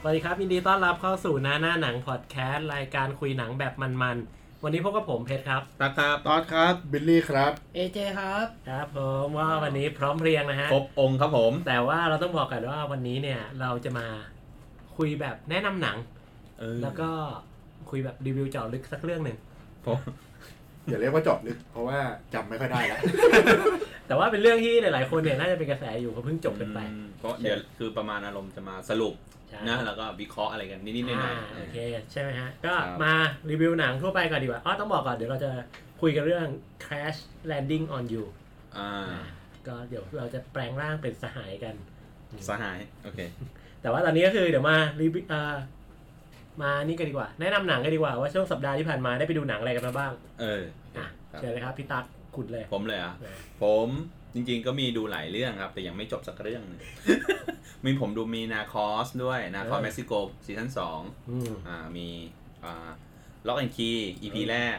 วัสดีครับยินดีต้อนรับเข้าสู่หน้าหนังพอดแคสต์รายการคุยหนังแบบมันๆวันนี้พบกับผมเพชรครับตั๊กครับต๊อดครับบิลลี่ครับ AJ ครับครับผมว่าวันนี้พร้อมเพรียงนะฮะครบองค์ครับผมแต่ว่าเราต้องบอกกันว่าวันนี้เนี่ยเราจะมาคุยแบบแนะนำหนังแล้วก็คุยแบบรีวิวเจาะลึกสักเรื่องหนึ่งอย่าเรียกว่าเจาะลึกเพราะว่าจำไม่ค่อยได้แล้วแต่ว่าเป็นเรื่องที่หลายๆคนเนี่ยน่าจะเป็นกระแสอยู่เขาเพิ่งจบกันไปก็เดี๋ยวคือประมาณอารมณ์จะมาสรุปนะแล้วก็วิเคราะห์อะไรกันนิดๆหน่อยๆโอเคใช่ไหมฮะก็มารีวิวหนังทั่วไปก่อนดีกว่าต้องบอกก่อนเดี๋ยวเราจะคุยกันเรื่อง Crash Landing on You ก็เดี๋ยวเราจะแปลงร่างเป็นสหายกันสหายโอเคแต่ว่าตอนนี้ก็คือเดี๋ยวมารีวิวมานี่กันดีกว่าแนะนำหนังกันดีกว่าว่าช่วงสัปดาห์ที่ผ่านมาได้ไปดูหนังอะไรกันมาบ้างเชิญเลยครับพี่ตั๊กขุดเลยผมเลยผมจริงๆก็มีดูหลายเรื่องครับแต่ยังไม่จบสักเรื่องนึงผมดูมีนาคอสด้วยนาคอสเม็กซิโกซีซั่น2มีล็อกแอนด์คีย์ EP แรก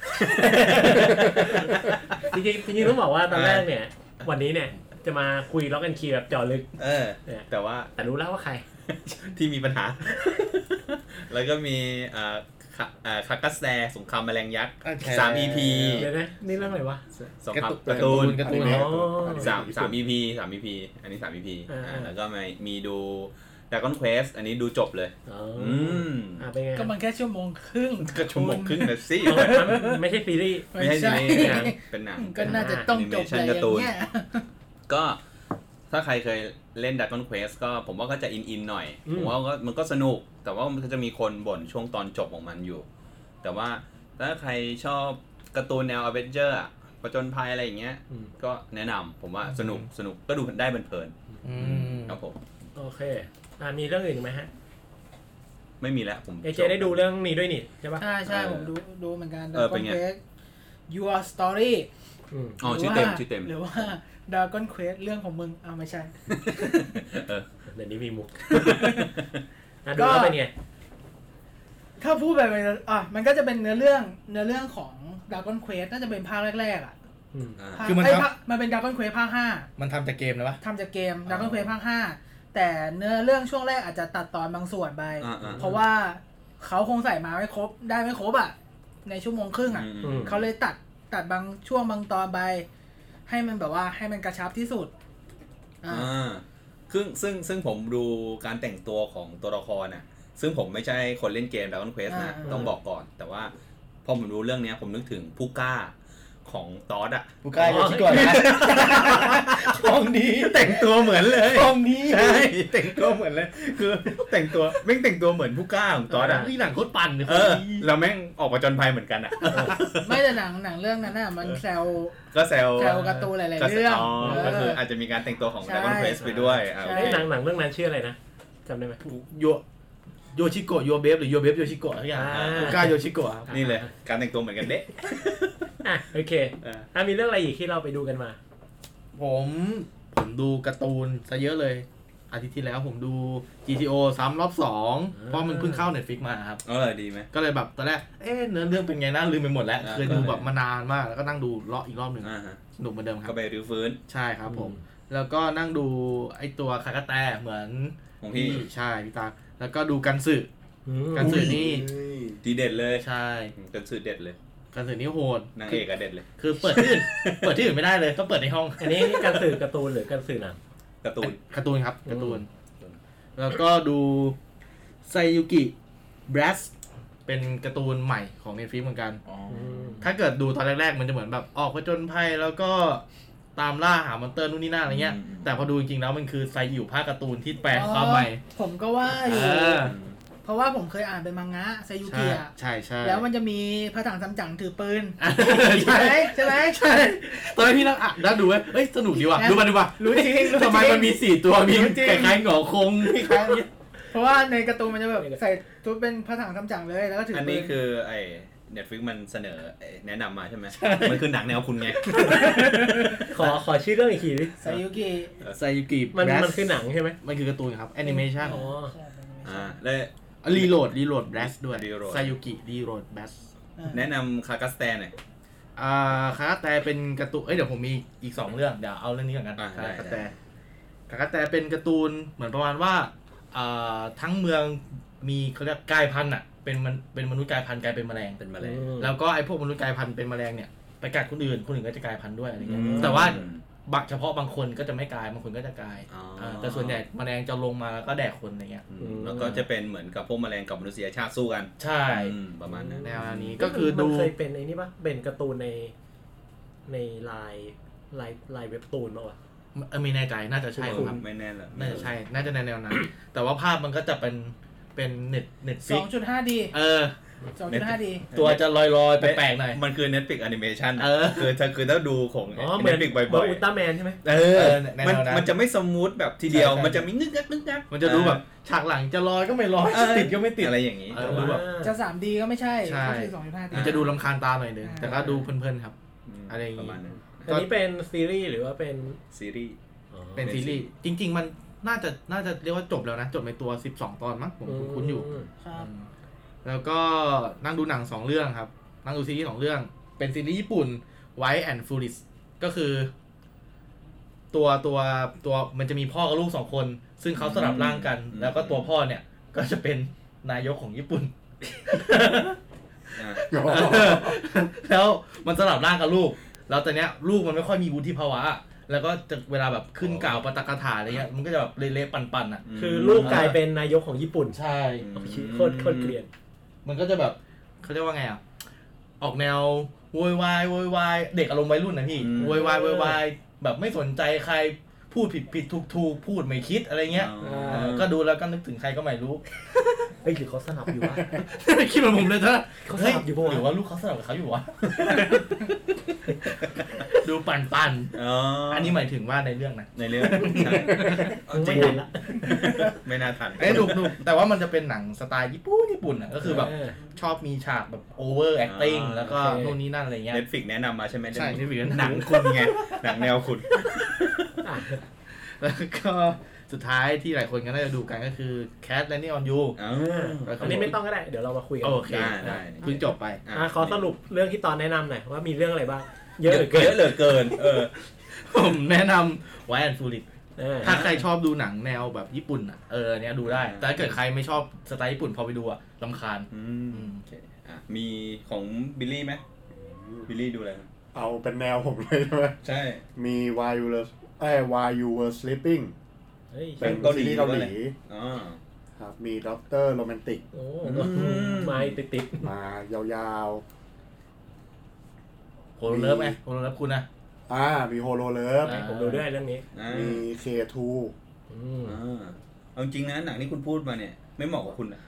จริงๆต้องบอกว่าตอนแรกเนี่ยวันนี้เนี่ยจะมาคุยล็อกแอนด์คีย์แบบเจาะลึกแต่รู้แล้วว่าใครที่มีปัญหาแล้วก็มีคากัสแซสงครามแมลงยักษ์3 EP เดี๋ยวนะนี่เรื่องอะไรวะสงครามการ์ตูน3 EP อันนี้3 EP แล้วก็มีดู Dragon Quest อันนี้ดูจบเลยเป็นไงก็มันแค่ชั่วโมงครึ่งก็ชั่วโมงครึ่งนะสิไม่ใช่ซีรีส์ไม่ใช่ซีรีส์เป็นหนังก็น่าจะต้องจบเลยอย่างเงี้ยก็ถ้าใครเคยเล่น Dragon Quest ก็ผมว่าก็จะอินหน่อยผมว่ามันก็สนุกแต่ว่ามันก็จะมีคนบ่นช่วงตอนจบของมันอยู่แต่ว่าถ้าใครชอบการ์ตูนแนว Avenger ผจญภัยอะไรอย่างเงี้ยก็แนะนำผมว่าสนุกก็ดูได้เพลินๆครับผมโอเคมีเรื่องอื่นไหมฮะไม่มีแล้วผมเจได้ดูเรื่องนี้ด้วยนี่ใช่ปะใช่ผมดูเหมือนกัน Dragon Quest Your Story ชื่อเต็มหรือว่า Dragon Quest เรื่องของมึงไม่ใช่เดี๋ยวนี้มีมุกดูแล้วเป็นไงถ้าพูดแบบมันก็จะเป็นเนื้อเรื่องของ Dragon Quest น่าจะเป็นภาคแรกๆคือมันเป็น Dragon Quest ภาค5 มันทำจากเกมนะวะทำจากเกม Dragon Quest ภาค5แต่เนื้อเรื่องช่วงแรกอาจจะตัดตอนบางส่วนไปเพราะว่าเขาคงใส่มาไม่ครบในชั่วโมงครึ่งเขาเลยตัดบางช่วงบางตอนไปให้มันแบบว่าให้มันกระชับที่สุดซึ่งผมดูการแต่งตัวของตัวละครน่ะซึ่งผมไม่ใช่คนเล่นเกม Dragon Quest นะต้องบอกก่อนแต่ว่าพอผมดูเรื่องนี้ผมนึกถึงผู้กล้าของตอสผู้กล้าโยชิโกะนะของนี้แต่งตัวเหมือนเลยของนี้ใช่แต่งตัวเหมือนเลยคือแต่งตัวเหมือนผู้กล้าของตอสนี่หนังโคตรปั่นแล้วแม่งออกมาจนภัยเหมือนกันไม่แต่หนังเรื่องนั้นน่ะมันแซวการ์ตูนหลายๆเรื่องก็คืออาจจะมีการแต่งตัวของ Dragon Quest ไปด้วยหนังเรื่องนั้นชื่ออะไรนะจำได้ไหมโยชิโกะโยเบฟหรือโยเบฟโยชิโกะทุกอย่างผู้กล้าโยชิโกะนี่เลยการแต่งตัวเหมือนกันเด้โอเคมีเรื่องอะไรอีกที่เราไปดูกันมาผมดูการ์ตูนซะเยอะเลยอาทิตย์ที่แล้วผมดู GTO ซ้ำรอบ2เพราะมันเพิ่งเข้า Netflix มาครับดีไหมก็เลยแบบตอนแรกเนื้อเรื่องเป็นไงนะลืมไปหมดแล้วเคยดูแบบมานานมากแล้วก็นั่งดูอีกรอบนึงสนุกเหมือนเดิมครับก็ไปรื้อฟื้นใช่ครับผมแล้วก็นั่งดูไอตัวคากาแตเหมือนของพี่ใช่พี่ตาแล้วก็ดูกันสึนี่ทีเด็ดเลยใช่กันสึเด็ดเลยกันสึนี่โหดนางเอกก็เด็ดเลยคือเปิดที่อื่นไม่ได้เลยต้องเปิดในห้องอันนี้กันสึการ์ตูนหรือกันสึหนังการ์ตูนครับการ์ตูนแล้วก็ดูไซยุกิบรัสเป็นการ์ตูนใหม่ของ Netflix เหมือนกันถ้าเกิดดูตอนแรกๆมันจะเหมือนแบบออกผจญภัยแล้วก็ตามล่าหามอนเตอร์นู่นนี่นั่นอะไรเงี้ยแต่พอดูจริงๆแล้วมันคือไซยุภาคการ์ตูนที่แปลความใหม่ผมก็ว่าอยู่เพราะว่าผมเคยอ่านเป็นมังงะไซยุกิอ่ะใช่แล้วมันจะมีพระถังซัมจั๋งถือปืนใช่ไหมตอนแรกพี่นั่งอ่านแล้วดูเฮ้ยสนุกดีว่ะดูมันดีว่ะรู้จริงทำไมมันมี4ตัวมีคล้ายๆหงอคงคล้ายๆเพราะว่าในการ์ตูนมันจะแบบใส่ตัวเป็นพระถังซัมจั๋งเลยแล้วก็ถือปืนอันนี้คือไอ้ Netflix มันเสนอแนะนำมาใช่ไหมมันคือหนังแนวคุณไงขอชื่อเรื่องอีกทีดิไซยุกิมันคือหนังใช่ไหมมันคือการ์ตูนครับแอนิเมชั่นแล้วรีโหลดแบสด้วยไซยุกิรีโหลดแบสแนะนำคากัสแตนหน่อยคากัสแตเป็นการ์ตูนเดี๋ยวผมมีอีก2เรื่องเดี๋ยวเอาเรื่องนี้ก่อนกันคากัสแตเป็นการ์ตูนเหมือนประมาณว่าทั้งเมืองมีเขาเรียกกลายพันธุ์อ่ะเป็นมนุษย์กลายพันธุ์กลายเป็นแมลงแล้วก็ไอ้พวกมนุษย์กลายพันธุ์เป็นแมลงเนี่ยไปกัดคนอื่นก็จะกลายพันธุ์ด้วยอะไรเงี้ยแต่ว่าเฉพาะบางคนก็จะไม่กลายบางคนก็จะกลายแต่ส่วนใหญ่แมลงจะลงมาแล้วก็แดกคนอะไรเงี้ยแล้วก็จะเป็นเหมือนกับพวกแมลงกับมนุษยชาติสู้กันใช่ประมาณนั้นแนวนี้ก็คือดูเคยเป็นไอ้นี่ป่ะเป็นการ์ตูนในไลน์เว็บตูนป่ะวะไม่แน่ใจน่าจะใช่ครับไม่แน่แหละน่าจะใช่น่าจะแนวนั้นแต่ว่าภาพมันก็จะเป็นเน็ตฟิก 2.5D 2.5D ตัวจะลอยๆแปลกๆหน่อยมันคือ Netflix Animation คือถ้าดูของ Netflix บ่อยๆอุลตร้าแมนใช่ไหมมันจะไม่สมูทแบบทีเดียวมันจะมีงึกงักมันจะดูแบบฉากหลังจะลอยก็ไม่ลอยติดก็ไม่ติดอะไรอย่างนี้จะ 3D ก็ไม่ใช่ก็คือ 2.5D มันจะดูรำคาญตาหน่อยนึงแต่ก็ดูเพลินๆครับอะไรอย่างนี้อันนี้เป็นซีรีส์หรือว่าเป็นซีรีส์เป็นซีรีส์จริงๆมันน่าจะเรียกว่าจบแล้วนะจบในตัว12ตอนมั้งผมคุ้นอยู่ครับแล้วก็นั่งดูหนัง2เรื่องครับนั่งดูซีรีส์2เรื่องเป็นซีรีส์ญี่ปุ่น White and Furious ก็คือตัวมันจะมีพ่อกับลูก2คนซึ่งเขาสลับร่างกันแล้วก็ตัวพ่อเนี่ยก็จะเป็นนายกของญี่ปุ่นแล้วมันสลับร่างกับลูกแล้วตอนเนี้ยลูกมันไม่ค่อยมีวุฒิภาวะแล้วก็จะเวลาแบบขึ้นกล่าวปาฐกถาอะไรเงี้ยมันก็จะแบบเละๆปั่นๆอ่ะคือลูกกลายเป็นนายกของญี่ปุ่นใช่โคตรเกลียดมันก็จะแบบเขาเรียกว่าไงอ่ะออกแนวโวยวายเด็กอารมณ์วัยรุ่นนะพี่โวยวายแบบไม่สนใจใครพูดผิดถูกพูดไม่คิดอะไรเงี้ยก็ดูแล้วก็นึกถึงใครก็ไม่รู้เฮ้ยหรือเขาสนับอยู่วะคิดเหมือนผมเลยนะเขาสนับอยู่ป่ะหรือว่าลูกเขาสนับกับเขาอยู่วะดูปั่นอันนี้หมายถึงว่าในเรื่องนะในเรื่องจริงละไม่น่าทันดูแต่ว่ามันจะเป็นหนังสไตล์ญี่ปุ่นอ่ะก็คือแบบชอบมีฉากแบบโอเวอร์แอคติ้งแล้วก็โน่นนี่นั่นอะไรเงี้ย Netflix แนะนำมาใช่ไหมใช่ Netflix หนังคุณไงหนังแนวคุณแล้วก็สุดท้ายที่หลายคนก็น่าจะดูกันก็คือ Cat Landing on You อันนี้ไม่ต้องก็ได้เดี๋ยวเรามาคุยกันโอเคได้เพิ่งจบไปขอสรุปเรื่องที่ตอนแนะนำหน่อยว่ามีเรื่องอะไรบ้างเยอะเหลือเกินผมแนะนำ White and Furious ถ้าใครชอบดูหนังแนวแบบญี่ปุ่นอ่ะเนี้ยดูได้แต่ถ้าเกิดใครไม่ชอบสไตล์ญี่ปุ่นพอไปดูอ่ะรำคาญมีของบิลลี่ไหมบิลลี่ดูอะไรเอาเป็นแนวผมเลยใช่ไหมใช่มี While You Were Sleeping เป็นซีรีส์เกาหลีครับมีด็อกเตอร์โรแมนติกมาติดมายาวๆโฮโลเลิฟไงโฮโลเลิฟคุณนะมีโฮโลเลิฟผมดูด้วยเรื่องนี้มี K2 เอาจริงนะหนังที่คุณพูดมาเนี่ยไม่เหมาะกับคุณนะ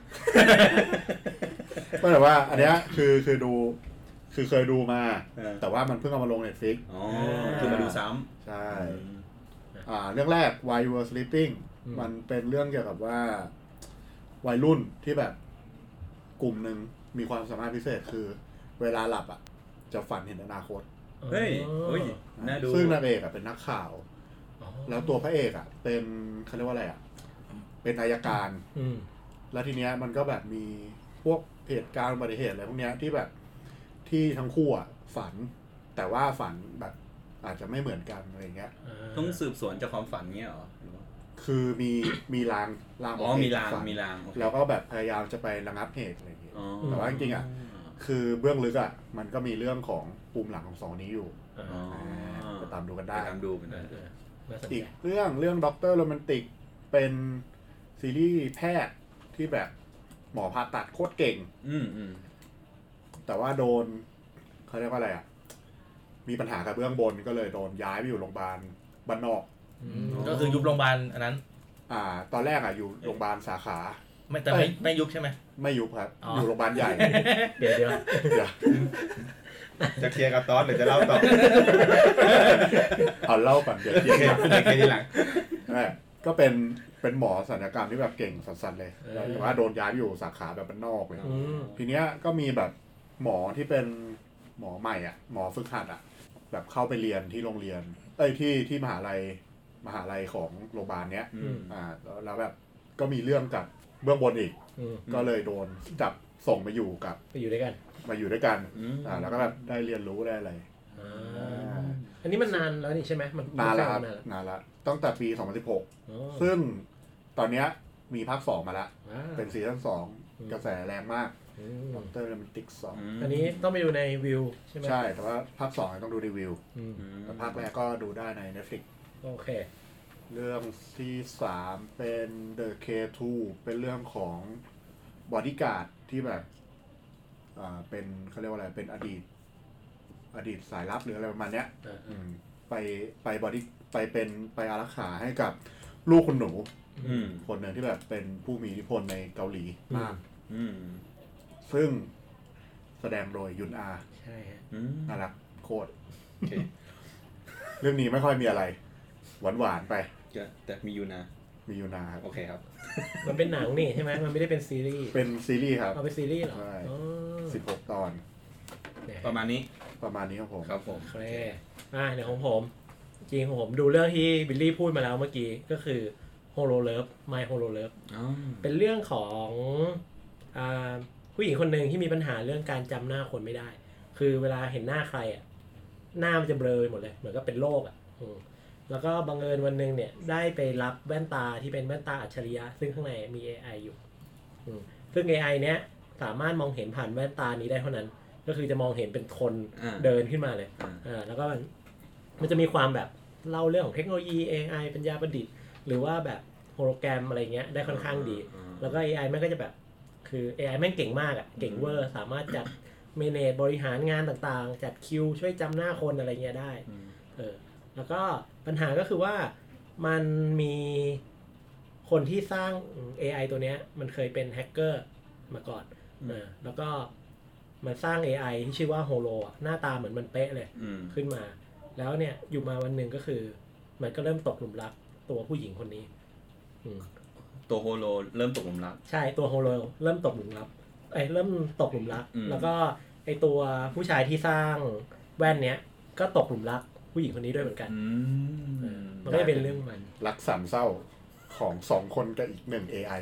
แต่ว่าอันเนี้ยคือดูคือเคยดูมาแต่ว่ามันเพิ่งเอามาลง Netflix คือมาดูซ้ำใช่เรื่องแรก While You Were Sleeping มันเป็นเรื่องเกี่ยวกับว่าวัยรุ่นที่แบบกลุ่มหนึ่งมีความสามารถพิเศษคือเวลาหลับอ่ะจะฝันเห็นอนาคตเฮ้ยน่าดูซึ่งนางเอกเป็นนักข่าวแล้วตัวพระเอกเป็นเขาเรียกว่าอะไรเป็นอัยการแล้วทีเนี้ยมันก็แบบมีพวกเหตุการณ์อุบัติเหตุอะไรพวกเนี้ยที่แบบที่ทั้งคู่ฝันแต่ว่าฝันแบบอาจจะไม่เหมือนกันอะไรเงี้ยต้องสืบสวนจากความฝันเงี้ยหรอคือมีลางมีลางแล้วก็แบบพยายามจะไประงับเหตุอะไรอย่างเงี้ยแต่ว่าจริงๆคือเบื้องลึกมันก็มีเรื่องของปุ่มหลังของสองนี้อยู่ไปตามดูกันได้อีกเรื่องด็อกเตอร์โรแมนติกเป็นซีรีส์แพทย์ที่แบบหมอผ่าตัดโคตรเก่งแต่ว่าโดนเขาเรียกว่าอะไรมีปัญหากับเบื้องบนก็เลยโดนย้ายไปอยู่โรงพยาบาลบ้านนอกก็คือยุบโรงพยาบาลอันนั้นตอนแรกอยู่โรงพยาบาลสาขาแต่ไม่ยุบใช่ไหมไม่ยุบครับอยู่โรงพยาบาลใหญ่เดี๋ยวจะเคลียร์กับตอนหรือจะเล่าต่อเอาเล่าก่อนเดี๋ยวเคลียร์ทีหลังก็เป็นหมอศัลยกรรมที่แบบเก่งสัสๆเลยแต่ว่าโดนย้ายอยู่สาขาแบบบ้านนอกเลยทีเนี้ยก็มีแบบหมอที่เป็นหมอใหม่หมอฝึกหัดแบบเข้าไปเรียนที่โรงเรียนที่มหาลัยของโรงพยาบาลเนี้ยแล้วแบบก็มีเรื่องกับเบื้องบนอีกก็เลยโดนจับส่งไปอยู่ด้วยกันแล้วก็แบบได้เรียนรู้ได้อะไรอันนี้มันนานแล้วนี่ใช่ไหมมันนานแล้วตั้งแต่ปี2016ซึ่งตอนเนี้ยมีภาค2มาแล้วเป็นซีซั่น2กระแสแรงมากมอนสเตอร์มันติก2 อันนี้ต้องไปดูในวิวใช่ไหมใช่แต่ว่าภาค2ต้องดูในวิวแต่ภาคแรกก็ดูได้ใน Netflix โอเคเรื่องที่3เป็น The K2 เป็นเรื่องของบอดี้การ์ดที่แบบเป็นเขาเรียกว่าอะไรเป็นอดีตสายลับหรืออะไรประมาณเนี้ยไปบอดี้ไปอารักขาให้กับลูกคุณหนูคนหนึ่งที่แบบเป็นผู้มีอิทธิพลในเกาหลีมากซึ่งแสดงโดยยุนอาใช่ฮะน่ารักโคตรเรื่องนี้ไม่ค่อยมีอะไรหวานๆไปแต่มียุนาครับโอเคครับมันเป็นหนังนี่ใช่ไหมมันไม่ได้เป็นซีรีส์เป็นซีรีส์ครับเป็นซีรีส์เหรอใช่16 ตอนประมาณนี้ครับผมครับผมโอเคเดี๋ยวของผมจริงของผมดูเรื่องที่บิลลี่พูดมาแล้วเมื่อกี้ก็คือ Holo Love My Holo Love เป็นเรื่องของผู้หญิงคนหนึ่งที่มีปัญหาเรื่องการจำหน้าคนไม่ได้คือเวลาเห็นหน้าใครหน้ามันจะเบลอหมดเลยเหมือนกับเป็นโรคแล้วก็บังเอิญวันนึงเนี่ยได้ไปรับแว่นตาที่เป็นแว่นตาอัจฉริยะซึ่งข้างในมี AI อยู่ซึ่ง AI เนี้ยสามารถมองเห็นผ่านแว่นตานี้ได้เท่านั้นก็คือจะมองเห็นเป็นคนเดินขึ้นมาเลยแล้วก็มันจะมีความแบบเล่าเรื่องของเทคโนโลยี AI ปัญญาประดิษฐ์หรือว่าแบบโฮโลแกรมอะไรเงี้ยได้ค่อนข้างดีแล้วก็ AI มันก็จะแบบคือ AI แม่งเก่งมากเก่งเวอร์สามารถจัดเมเนจบริหารงานต่างๆจัดคิวช่วยจำหน้าคนอะไรเงี้ยได้แล้วก็ปัญหาก็คือว่ามันมีคนที่สร้าง AI ตัวเนี้ยมันเคยเป็นแฮกเกอร์มาก่อนแล้วก็มันสร้าง AI ที่ชื่อว่า Holo หน้าตาเหมือนมันเป๊ะเลยขึ้นมาแล้วเนี่ยอยู่มาวันหนึ่งก็คือมันก็เริ่มตกหลุมรักตัวผู้หญิงคนนี้ตัวโฮโลเริ่มตกหลุมรักใช่ตัวโฮโลเริ่มตกหลุมรักเริ่มตกหลุมรักแล้วก็ไอตัวผู้ชายที่สร้างแว่นเนี้ยก็ตกหลุมรักผู้หญิงคนนี้ด้วยเหมือนกันมันก็เป็นเรื่องมันรักสามเศร้าของ2คนกับอีก1 AI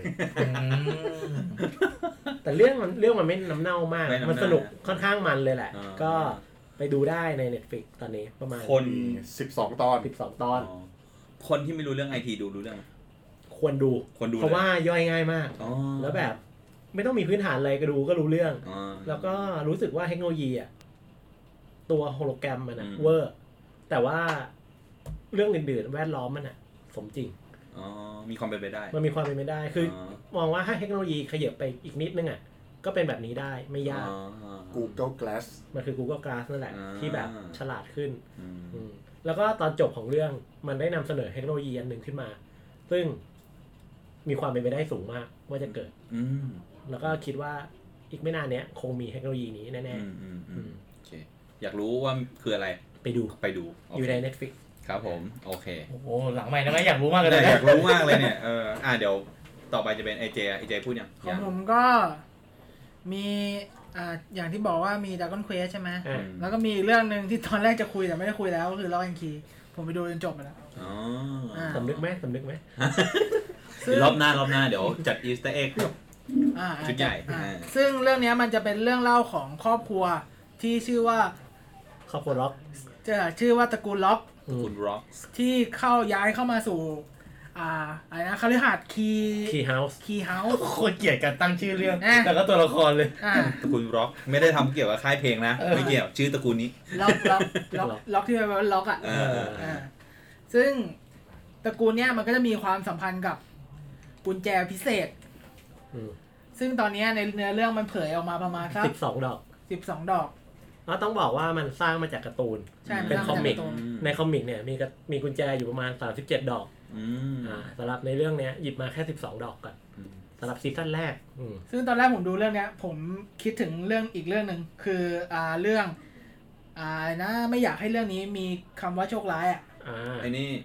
แต่เรื่องมันไม่น้ำเน่ามากมันสนุกค่อนข้างมันเลยแหละก็ไปดูได้ใน Netflix ตอนนี้ประมาณคน 12 ตอนคนที่ไม่รู้เรื่อง IT ดูรู้เรื่องควรดูเพราะว่าย่อยง่ายมากแล้วแบบไม่ต้องมีพื้นฐานอะไรก็รู้เรื่องแล้วก็รู้สึกว่าเทคโนโลยีตัวโฮโลแกรมมันเวอร์แต่ว่าเรื่องอื่นๆแวดล้อมมันสมจริงมีความเป็นไปได้มันมีความเป็นไปได้คือมองว่าถ้าเทคโนโลยีขยับไปอีกนิดนึงก็เป็นแบบนี้ได้ไม่ยาก Google Glass มันคือ Google Glass นั่นแหละที่แบบฉลาดขึ้นแล้วก็ตอนจบของเรื่องมันได้นำเสนอเทคโนโลยีอันหนึ่งขึ้นมาซึ่งมีความเป็นไปได้สูงมากว่าจะเกิดแล้วก็คิดว่าอีกไม่นานเนี้ยคงมีเทคโนโลยีนี้แน่ๆโอเคอยากรู้ว่าคืออะไรไปดูอยู่ใน Netflix ครับผมโอเคโอ้โหหลังใหม่นะอยากรู้มากเลยอยากรู้มากเลยเนี่ยเดี๋ยวต่อไปจะเป็นไอเจพูดยังของผมก็มีอย่างที่บอกว่ามี Dragon Quest ใช่ไหมแล้วก็มีเรื่องนึงที่ตอนแรกจะคุยแต่ไม่ได้คุยแล้วก็คือ Lock and Key ผมไปดูจนจบมาแล้วสำนึกไหมรอบหน้าเดี๋ยวจัด Easter Egg ชุดใหญ่ซึ่งเรื่องนี้มันจะเป็นเรื่องเล่าของครอบครัวที่ชื่อว่าครอบครัวล็อกจะชื่อว่าตระกูลล็อกที่ย้ายเข้ามาสู่อะไรนะคฤหาสน์คีเฮาส์โคตรเกลียดการตั้งชื่อเรื่องแต่ก็ตัวละครเลยตระกูลล็อกไม่ได้ทำเกี่ยวกับค่ายเพลงนะไม่เกี่ยวชื่อตระกูลนี้ล็อกที่แปลว่าล็อกซึ่งตระกูลเนี้ยมันก็จะมีความสัมพันธ์กับกุญแจพิเศษซึ่งตอนนี้ในเนื้อเรื่องมันเผยออกมาประมาณสัก 12 ดอกต้องบอกว่ามันสร้างมาจากการ์ตูนเป็นคอมิกในคอมิกเนี่ยมีกุญแจอยู่ประมาณ37 ดอกสำหรับในเรื่องนี้หยิบมาแค่12 ดอกก่อนสำหรับซีซั่นแรกซึ่งตอนแรกผมดูเรื่องนี้ผมคิดถึงเรื่องอีกเรื่องนึงคือเรื่องนะไม่อยากให้เรื่องนี้มีคำว่าโชคร้ายไอ้นี่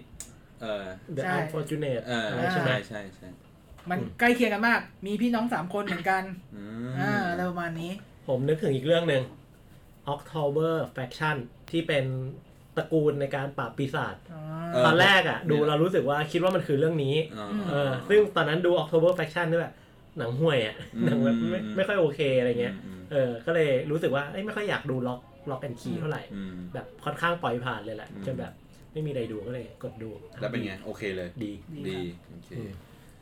The Unfortunate ใช่มันใกล้เคียงกันมากมีพี่น้อง3 คนเหมือนกันอะไรประมาณนี้ผมนึกถึงอีกเรื่องนึง October Faction ที่เป็นตระกูลในการปราบปีศาจตอนแรกดูเรารู้สึกว่าคิดว่ามันคือเรื่องนี้ซึ่งตอนนั้นดู October Faction ด้วยแบบหนังห่วยหนังแบบไม่ค่อยโอเคอะไรเงี้ยก็เลยรู้สึกว่าไม่ค่อยอยากดูล็อกแอนด์คีย์เท่าไหร่แบบค่อนข้างปล่อยผ่านเลยแหละจนแบบไม่มีอะไรดูก็เลยกดดูแล้วเป็นไงโอเคเลยดีโอเค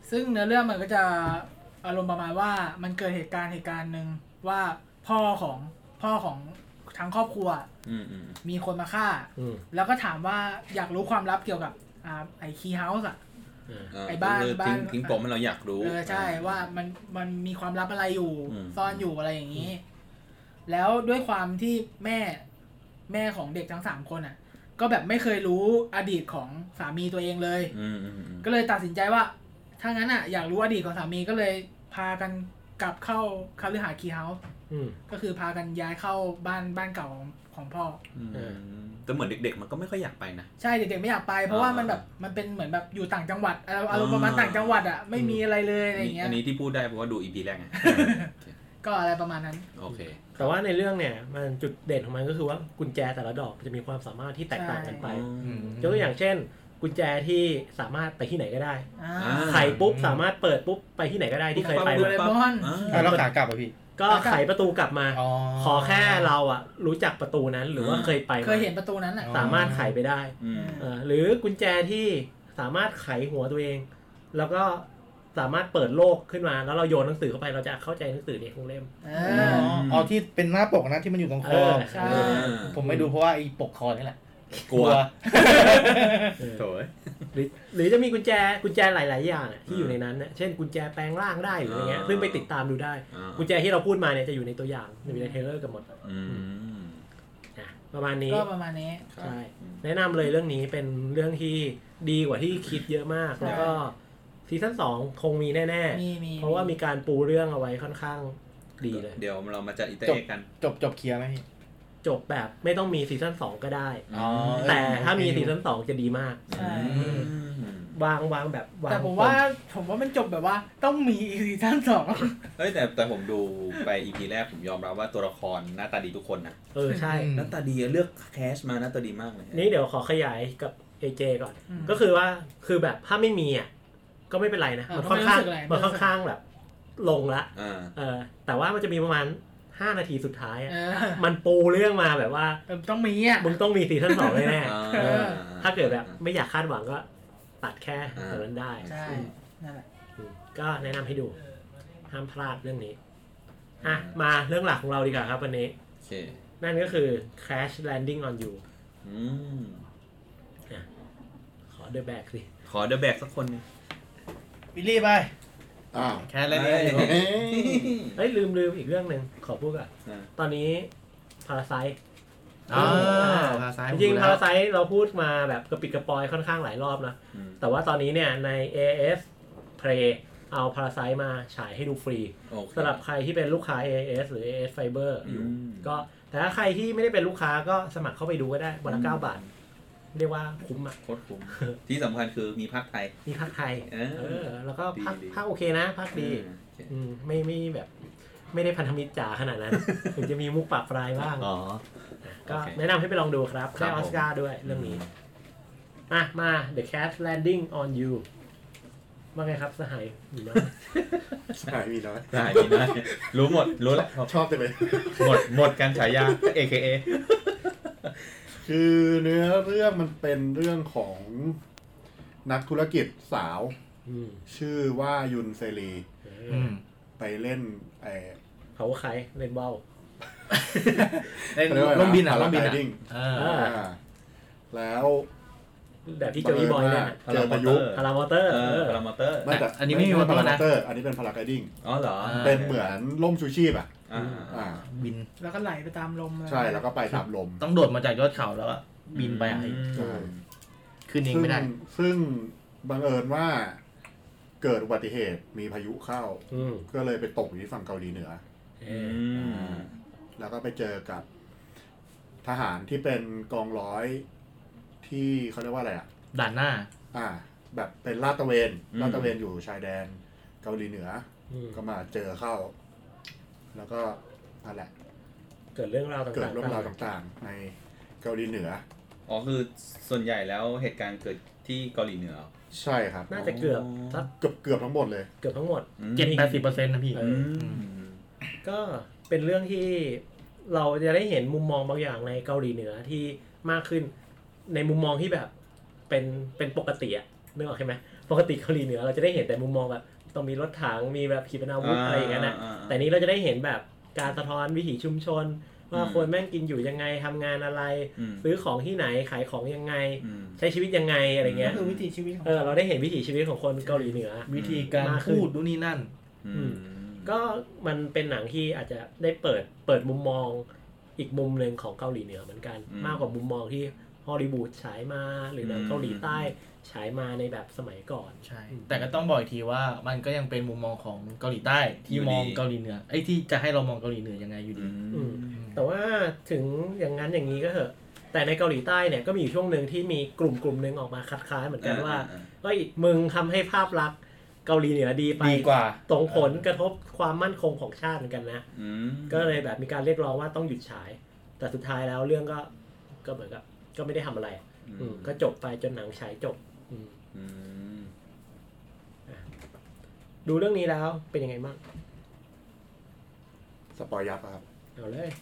ซึ่งเนื้อเรื่องมันก็จะอารมณ์ประมาณว่ามันเกิดเหตุการณ์หนึ่งว่าพ่อของทั้งครอบครัวมีคนมาฆ่าแล้วก็ถามว่าอยากรู้ความลับเกี่ยวกับไอ้คีย์เฮาส์ไอ้บ้านทิ้งปมให้เราอยากรู้ใช่ว่ามันมีความลับอะไรอยู่ซ่อนอยู่อะไรอย่างนี้แล้วด้วยความที่แม่ของเด็กทั้ง3คนก็แบบไม่เคยรู้อดีตของสามีตัวเองเลยก็เลยตัดสินใจว่าถ้างั้นอยากรู้อดีตของสามีก็เลยพากันกลับเข้าคฤหาสน์คีย์เฮาส์ก็คือพากันย้ายเข้าบ้านเก่าของพ่อแต่เหมือนเด็กๆมันก็ไม่ค่อยอยากไปนะใช่เด็กๆไม่อยากไปเพราะว่ามันแบบมันเป็นเหมือนแบบอยู่ต่างจังหวัดอารมณ์ประมาณต่างจังหวัดไม่มีอะไรเลยอะไรอย่างเงี้ยอันนี้ที่พูดได้เพราะว่าดู EP แรกไงก็อะไรประมาณนั้นโอเคแต่ว่าในเรื่องเนี่ยมันจุดเด่นของมันก็คือว่ากุญแจแต่ละดอกจะมีความสามารถที่แตกต่างกันไปยกตัวอย่างเช่นกุญแจที่สามารถไปที่ไหนก็ได้ไขปุ๊บสามารถเปิดปุ๊บไปที่ไหนก็ได้ที่เคยไปแล้วขากลับอ่ะพี่ก็ไขประตูกลับมาขอแค่เรารู้จักประตูนั้นหรือว่าเคยเห็นประตูนั้นสามารถไขไปได้หรือกุญแจที่สามารถไขหัวตัวเองแล้วก็สามารถเปิดโลกขึ้นมาแล้วเราโยนหนังสือเข้าไปเราจะเข้าใจหนังสือในทั้งเล่มที่เป็นหน้าปกนะที่มันอยู่ตรงคอใช่ผมไม่ดูเพราะว่าไอ้ปกคอนี่แหละกลัวโถ่หรือจะมีกุญแจหลายๆอย่างที่อยู่ในนั้นนะเช่นกุญแจแปลงร่างได้หรืออะไรเงี้ยซึ่งไปติดตามดูได้กุญแจที่เราพูดมาเนี่ยจะอยู่ในตัวอย่างอยู่ในเทรลเลอร์กันหมดประมาณนี้ก็ประมาณนี้ใช่แนะนำเลยเรื่องนี้เป็นเรื่องที่ดีกว่าที่คิดเยอะมากแล้วก็ซีซั่น2คงมีแน่ๆเพราะว่ามีการปูเรื่องเอาไว้ค่อนข้างดีเลยเดี๋ยวเรามาจัดอีเตอร์กันจบเคลียร์ไหมพี่จบแบบไม่ต้องมีซีซั่น2ก็ได้แต่ถ้ามีซีซั่น2จะดีมากใช่วางแบบแต่ผมว่ามันจบแบบว่าต้องมีซีซั่น 2เฮ้ยแต่ผมดูไป EP แรกผมยอมรับว่าตัวละครหน้าตาดีทุกคนนะใช่หน้าตาดีเลือกแคสมาหน้าตาดีมากเลยนี่เดี๋ยวขอขยายกับ AJ ก่อนก็คือว่าคือแบบถ้าไม่มีก็ไม่เป็นไรนะมันค่อนข้างแบบลงละแต่ว่ามันจะมีประมาณ5 นาทีสุดท้ายมันปูเรื่องมาแบบว่าต้องมีมึงต้องมีซีซั่น2แน่ๆถ้าเกิดแบบไม่อยากคาดหวังก็ตัดแค่ตรงนั้นได้ใช่นั่นแหละก็แนะนำให้ดูห้ามพลาดเรื่องนี้มาเรื่องหลักของเราดีกว่าครับวันนี้นั่นก็คือ Crash Landing on You ขอ The Bag สิขอ The Bag สักคนนึงบิลลี่ไปแค่แล้วนี่เฮ้ยลืมอีกเรื่องนึงขอพูดก่อนตอนนี้ Parasite จริงๆ Parasite เราพูดมาแบบกระปิดกระปอยค่อนข้างหลายรอบนะแต่ว่าตอนนี้เนี่ยใน AS Play เอา Parasite มาฉายให้ดูฟรีสำหรับใครที่เป็นลูกค้า AS หรือ AS Fiber อยู่ก็แต่ถ้าใครที่ไม่ได้เป็นลูกค้าก็สมัครเข้าไปดูก็ได้วันละ9 บาทเรียกว่าคุ้มโคตรคุ้มที่สำคัญคือมีภาคไทยแล้วก็ภาคโอเคนะภาคดีไม่แบบไม่ได้พันธมิตรจ๋าขนาดนั้นถึงจะมีมุกปากปลายบ้างก็แนะนำให้ไปลองดูครับได้ออสการ์ด้วยเรื่องนี้มา The Crash Landing on You ว่าไงครับสหายมีน้อยสหายมีน้อยรู้หมดรู้แล้วชอบจังเลยหมดกันฉายา AKA คือเนื้อเรื่องมันเป็นเรื่องของนักธุรกิจสาวชื่อว่ายุนเซรีไปเล่นเขาใครเล่นเบ้าล่มบินล่มบินแล้วแบบที่เจออีบอยเนี่ยเจอพายุพารามอเตอร์ไม่แต่อันนี้ไม่มีพารามอเตอร์อันนี้เป็นพาราไกดิ้งอ๋อเหรอเป็นเหมือนล่มชูชีพบินแล้วก็ไหลไปตามลมใช่แล้วก็ไปตามลมต้องโดดมาจากยอดเขาแล้วบินไปขึ้นเองไม่ได้ซึ่งบังเอิญว่าเกิดอุบัติเหตุมีพายุเข้าก็เลยไปตกอยู่ที่ฝั่งเกาหลีเหนือแล้วก็ไปเจอกับทหารที่เป็นกองร้อยที่เขาเรียกว่าอะไรด่านหน้าแบบเป็นลาดตระเวนอยู่ชายแดนเกาหลีเหนือก็มาเจอเข้าแล้วก็นั่นแหละเกิดเรื่องราวต่างๆในเกาหลีเหนือคือส่วนใหญ่แล้วเหตุการณ์เกิดที่เกาหลีเหนือใช่ครับน่าจะเกือบทั้งหมดเลยเกือบทั้งหมด 70-80% นะพี่ก็เป็นเรื่องที่เราจะได้เห็นมุมมองบางอย่างในเกาหลีเหนือที่มากขึ้นในมุมมองที่แบบเป็นปกติอะนึกออกใช่ไหมปกติเกาหลีเหนือเราจะได้เห็นแต่มุมมองแบบต้องมีรถถังมีแบบขีปนาวุธอะไรอย่างเงี้ยนะแต่นี้เราจะได้เห็นแบบการสะท้อนวิถีชุมชนว่าคนแม่งกินอยู่ยังไงทำงานอะไรซื้อของที่ไหนขายของยังไงใช้ชีวิตยังไงอะไรเงี้ยคือวิถีชีวิตเราได้เห็นวิถีชีวิตของคนเกาหลีเหนือวิธีการพูดนู่นนี่นั่นก็มันเป็นหนังที่อาจจะได้เปิดมุมมองอีกมุมนึงของเกาหลีเหนือเหมือนกันมากกว่ามุมมองที่ฮอลลีวูดฉายมาหรือหนังเกาหลีใต้ฉายมาในแบบสมัยก่อนใช่แต่ก็ต้องบอกอีกทีว่ามันก็ยังเป็นมุมมองของเกาหลีใต้ที่มองเกาหลีเหนือไอ้ที่จะให้เรามองเกาหลีเหนือยังไงอยู่ดีแต่ว่าถึงอย่างนั้นอย่างนี้ก็เถอะแต่ในเกาหลีใต้เนี่ยก็มีอยู่ช่วงนึงที่มีกลุ่มนึงออกมาคัดค้านเหมือนกันว่าเฮ้ยมึงทำให้ภาพลักษณ์เกาหลีเหนือดีกว่าส่งผลกระทบความมั่นคงของชาติเหมือนกันนะก็เลยแบบมีการเรียกร้องว่าต้องหยุดฉายแต่สุดท้ายแล้วเรื่องก็เหมือนกับก็ไม่ได้ทำอะไรก็จบไปจนหนังฉายจบดูเรื่องนี้แล้วเป็นยังไงบ้างสปอยยับครับเอาเลย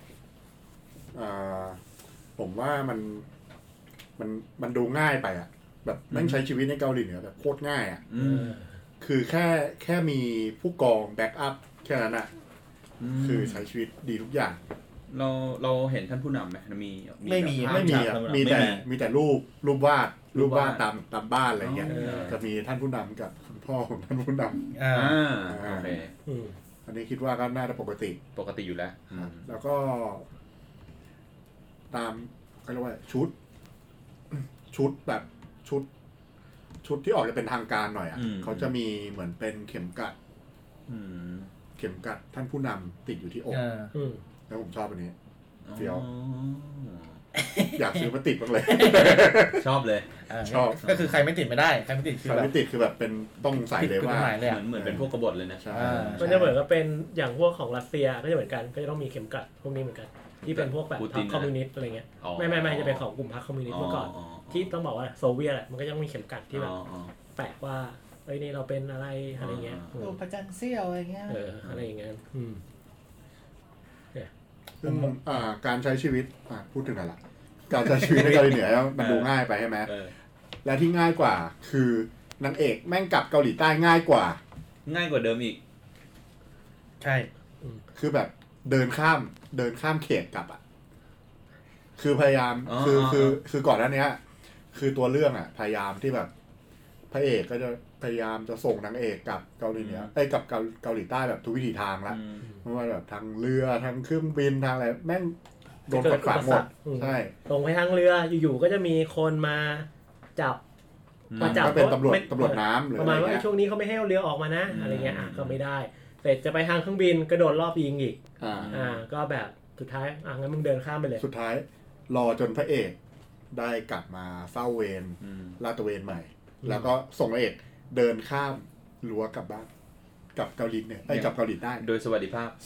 ผมว่ามันดูง่ายไปอ่ะแบบแม่งใช้ชีวิตในเกาหลีเหนือแบบโคตรง่ายอ่ะคือแค่มีผู้กองแบ็กอัพแค่นั้นอ่ะคือใช้ชีวิตดีทุกอย่างเราเห็นท่านผู้นำไหมไม่มีมีแต่รูปวาดตามบ้านอะไรเงี้ยจะมีท่านผู้นำกับคุณพ่อของท่านผู้นำโอเคอันนี้คิดว่าก็น่าจะปกติอยู่แล้วแล้วก็ตามเขาเรียกว่าชุดแบบชุดที่ออกจะเป็นทางการหน่อยอ่ะเขาจะมีเหมือนเป็นเข็มกัดท่านผู้นำติดอยู่ที่อกแล้วผมชอบอันนี้เฟี้ยวอยากซื้อมาติดบ้างเลยชอบเลยชอบก็คือใครไม่ติดไม่ได้ใครไม่ติดคือแบบเป็นต้องใส่เลยว่าเหมือนเป็นพวกกบฏเลยนะมันจะเหมือนกับเป็นอย่างพวกของรัสเซียก็จะเหมือนกันก็จะต้องมีเข็มกัดพวกนี้เหมือนกันที่เป็นพวกแบบพรรคคอมมิวนิสต์อะไรเงี้ยไม่จะเป็นของกลุ่มพรรคคอมมิวนิสต์เมื่อก่อนที่ต้องบอกว่าโซเวียตมันก็ยังมีเข็มกัดที่แบบแปะว่าเอ้ยนี่เราเป็นอะไรเงี้ยพระจันทร์เสี้ยวอะไรเงี้ยอะไรอย่างเงี้ยซึ่งการใช้ชีวิตพูดถึงอะไรล่ะการใช้ชีวิตในเกาหลีเหนือมันดูง่ายไปใช่ไหมและที่ง่ายกว่าคือนางเอกแม่งกลับเกาหลีใต้ง่ายกว่าเดิมอีกใช่คือแบบเดินข้ามเขตกลับอ่ะคือพยายามคือก่อนหน้านี้คือตัวเรื่องอ่ะพยายามที่แบบพระเอกก็จะพยายามจะส่งนางเอกกลับเกาหลีเหนือกับเกาหลีใต้แบบทุกวิถีทางละไม่ว่าแบบทางเรือทางเครื่องบินทางอะไรแม่งโดนขัดขวางหมดใช่ส่งไปทางเรืออยู่ๆก็จะมีคนมาจับเป็นตำรวจน้ำหรือประมาณว่าช่วงนี้เขาไม่ให้เอาเรือออกมานะอะไรเงี้ยก็ไม่ได้แต่จะไปทางเครื่องบินกระโดดรอบยิงอีกก็แบบสุดท้ายงั้นมึงเดินข้ามไปเลยสุดท้ายรอจนพระเอกได้กลับมาเฝ้าเวรลาดตระเวนใหม่แล้วก็ส่งพระเอกเดินข้ามรั้วกลับบ้านกับเกาหลีเนี่ยกับเกาหลีใต้โดยสวัสดิภาพ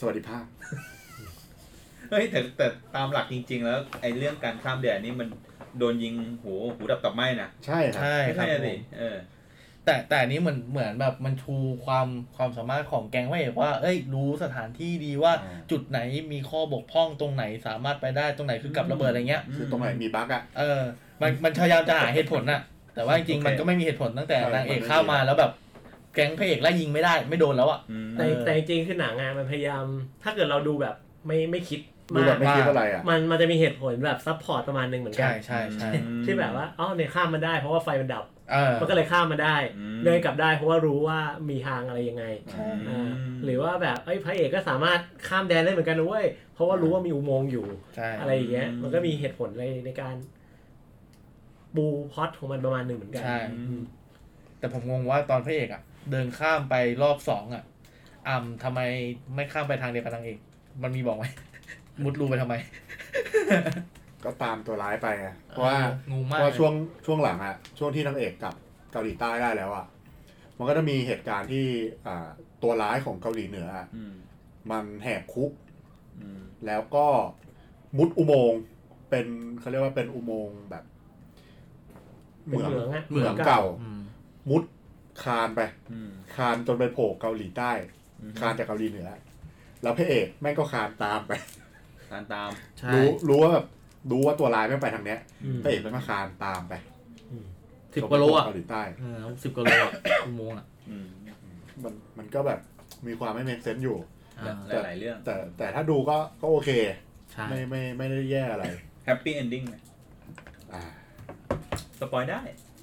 เฮ้ยแต่ตามหลักจริงๆแล้วไอ้เรื่องการข้ามแดนนี่มันโดนยิงหูดับตับไหม้นะใช่ครับใช่สิแต่อันนี้เหมือนแบบมันชูความสามารถของแก๊งพระเอกว่ารู้สถานที่ดีว่าจุดไหนมีข้อบกพร่องตรงไหนสามารถไปได้ตรงไหนคือกับระเบิดอะไรเงี้ยคือตรงไหนมีบั๊กอ่ะมันพยายามจะหาเหตุผลน่ะแต่ว่าจริงๆมันก็ไม่มีเหตุผลตั้งแต่นางเอกเข้ามาแล้วแบบแก๊งพระเอกไล่ยิงไม่ได้ไม่โดนแล้วอ่ะแต่จริงๆคือหนังมันพยายามถ้าเกิดเราดูแบบไม่คิดมากไม่คิดอะไรอ่ะมันจะมีเหตุผลแบบซัพพอร์ตประมาณนึงเหมือนกันใช่ที่แบบว่าเนี่ยข้ามมันได้เพราะว่าไฟมันดับมันก็เลยข้ามมาได้เดินกลับได้เพราะว่ารู้ว่ามีทางอะไรยังไงหรือว่าแบบพระเอกก็สามารถข้ามแดนได้เหมือนกันนะเว้ยเพราะว่ารู้ว่ามีอุโมงค์อยู่อะไรอย่างเงี้ยมันก็มีเหตุผลในการปูพล็อตของมันประมาณนึงเหมือนกันใช่แต่ผมงงว่าตอนพระเอกเดินข้ามไปรอบ2ทำไมไม่ข้ามไปทางเดียวกับนางเอกมันมีบอกไหมมุดรูไปทำไมก็ตามตัวร้ายไปไงเพราะว่าช่วงหลังช่วงที่นางเอกกับเกาหลีใต้ได้แล้วมันก็จะมีเหตุการณ์ที่ตัวร้ายของเกาหลีเหนือมันแหกคุกแล้วก็มุดอุโมงค์เป็นเขาเรียกว่าเป็นอุโมงค์แบบเหมืองเก่ามุดคานไปคานจนไปโผล่เกาหลีใต้คานจากเกาหลีเหนือแล้วพระเอกแม่งก็คานตามไปรู้ว่าแบบรู้ว่าตัวร้ายไม่ไปทางเนี้ยพระเอกมันก็คานตามไป 10 กิโลอ่ะเกาหลีใต้ 10 กิโลอ่ะอุโมงค์อ่ะมันก็แบบมีความไม่เมคเซนส์อยู่หลายๆเรื่องแต่ถ้าดูก็โอเคไม่ได้แย่อะไรแฮปปี้เอนดิ้งไหมสปอยได้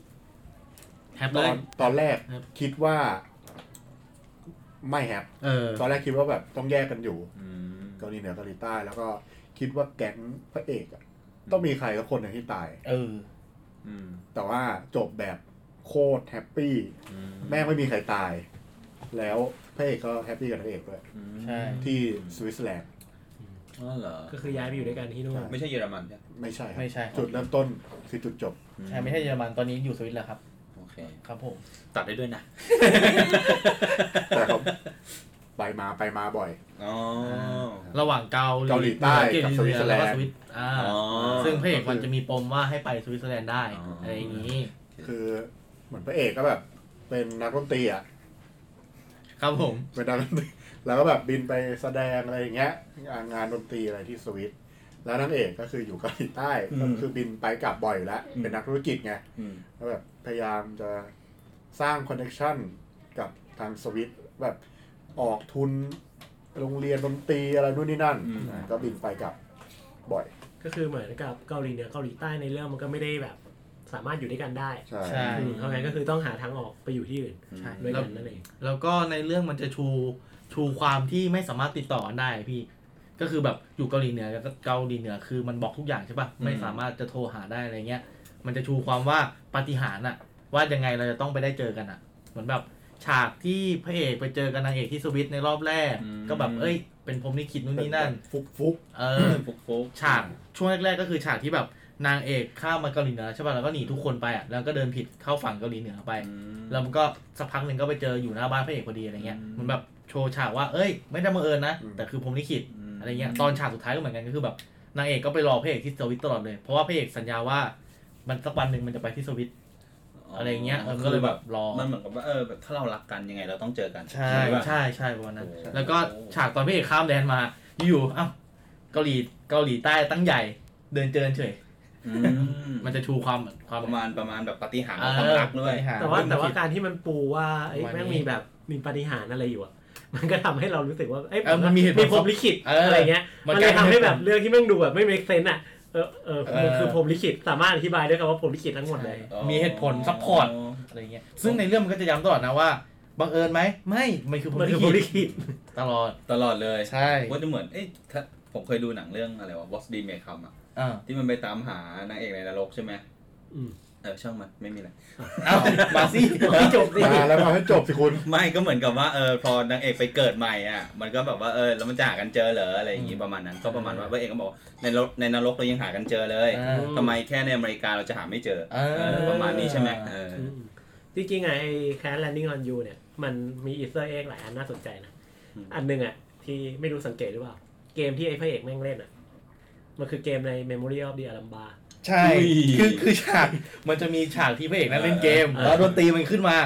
ตอนแรกคิดว่าไม่แฮปตอนแรกคิดว่าแบบต้องแยกกันอยู่เกาหลีเหนือเกาหลีใต้แล้วก็คิดว่าแก๊งพระเอกต้องมีใครสักคนหนึ่งที่ตายแต่ว่าจบแบบโคตรแฮปปี้แม่ไม่มีใครตายแล้วพระเอกก็แฮปปี้กับนางเอกด้วยที่สวิตเซอร์แลนด์เหรอก็คือย้ายไปอยู่ด้วยกันที่นู่นไม่ใช่เยอรมันใช่ไม่ใช่จุดเริ่มต้นคือจุดจบใช่ไม่ใช่เยอรมันตอนนี้อยู่สวิตแล้วครับโอเคครับผมตัดได้ด้วยนะแต่เขาไปมาบ่อยระหว่างเกาหลีใต้กับสวิตเซอร์แลนด์ซึ่งพระเอกมันจะมีปมว่าให้ไปสวิตเซอร์แลนด์ได้อะไรอย่างนี้คือเหมือนพระเอกก็แบบเป็นนักดนตรีครับผมเป็นนักดนตรีแล้วก็แบบบินไปแสดงอะไรอย่างเงี้ยงานดนตรีอะไรที่สวิตแล้วนางเอกก็คืออยู่เกาหลีใต้ก็คือบินไปกลับบ่อยอยู่แล้วเป็นนักธุรกิจไงแล้วแบบพยายามจะสร้างคอนเนคชั่นกับทางสวิตแบบออกทุนโรงเรียนดนตรีอะไรนู่นนี่นั่นก็บินไปกลับบ่อยก็คือเหมือนกับเกาหลีเหนือเกาหลีใต้ในเรื่องมันก็ไม่ได้แบบสามารถอยู่ด้วยกันได้ใช่เพราะงั้นก็คือต้องหาทางออกไปอยู่ที่อื่นด้วยกันนั่นเองแล้วก็ในเรื่องมันจะชูความที่ไม่สามารถติดต่อกันได้พี่ก็คือแบบอยู่เกาหลีเหนือกับเกาหลีเหนือคือมันบอกทุกอย่างใช่ป่ะไม่สามารถจะโทรหาได้อะไรเงี้ยมันจะชูความว่าปาฏิหาริย์ว่ายังไงเราจะต้องไปได้เจอกันเหมือนแบบฉากที่พระเอกไปเจอกับนางเอกที่สวิตในรอบแรกก็แบบเป็นพรหมลิขิตนู่นนี่นั่นฟุกฟุกฉากช่วงแรกๆก็คือฉากที่แบบนางเอกข้ามมาเกาหลีเหนือใช่ป่ะแล้วก็หนีทุกคนไปแล้วก็เดินผิดเข้าฝั่งเกาหลีเหนือไปแล้วมันก็สักพักนึงก็ไปเจออยู่หน้าบ้านพระเอกพอดีอะไรเงี้ยมันแบบโชว์ฉากว่าไม่ได้บังเอิญนะแต่คือพรหมลิขิตอะไรเงี้ยตอนฉากสุดท้ายก็เหมือนกันก็คือแบบนางเอกก็ไปรอพระเอกที่สวิตตลอดเลยเพราะว่าพระเอกสัญญาว่ามันสักวันนึงมันจะไปที่สวิตอะไรเงี้ยก็เลยแบบรอมันเหมือนกับว่าแบบถ้าเรารักกันยังไงเราต้องเจอกันใช่ประมาณนั้นแล้วก็ฉากตอนพระเอกข้ามแดนมาอยู่เกาหลีใต้ตั้งใหญ่เดินเจอเฉยมันจะชูความประมาณแบบปาฏิหาริย์ความรักด้วยแต่ว่าการที่มันปูว่าแม่งมีแบบมีปาฏิหาริย์อะไรอยู่มันก็ทำให้เรารู้สึกว่ามันมีพรหมลิขิตอะไรเงี้ยมันเลยทำให้แบบเรื่องที่แม่งดูแบบไม่เมคเซนส์มันคือพรหมลิขิตสามารถอธิบายได้คำว่าพรหมลิขิตทั้งหมดเลยมีเหตุผลซัพพอร์ตอะไรเงี้ยซึ่งในเรื่องมันก็จะย้ำตลอดนะว่าบังเอิญไหมไม่มันคือพรหมลิขิตตลอดเลยใช่ว่าจะเหมือนผมเคยดูหนังเรื่องอะไรวะ What's the Make-up ที่มันไปตามหานางเอกในนรกใช่ไหมช่างมันไม่มีอะไรมาสิให้จบสิแล้วมาให้จบสิคุณไม่ก็เหมือนกับว่าพอนางเอกไปเกิดใหม่มันก็แบบว่าแล้วมันจะหากันเจอเหรออะไรอย่างงี้ประมาณนั้นก็ประมาณว่าพระเอกก็บอกในนรกเรายังหากันเจอเลยทำไมแค่ในอเมริกาเราจะหาไม่เจอประมาณนี้ใช่ไหมจริงๆไอ้ Crash Landing on You เนี่ยมันมีอีสเตอร์เอ็กหลายอันน่าสนใจนะอันนึงที่ไม่รู้สังเกตหรือเปล่าเกมที่ไอ้พระเอกแม่งเล่นมันคือเกมใน Memory of the Alhambra ใช่คือฉากมันจะมีฉากที่พระเอกนั่งเล่นเกมแล้วดนตรีมันขึ้นมา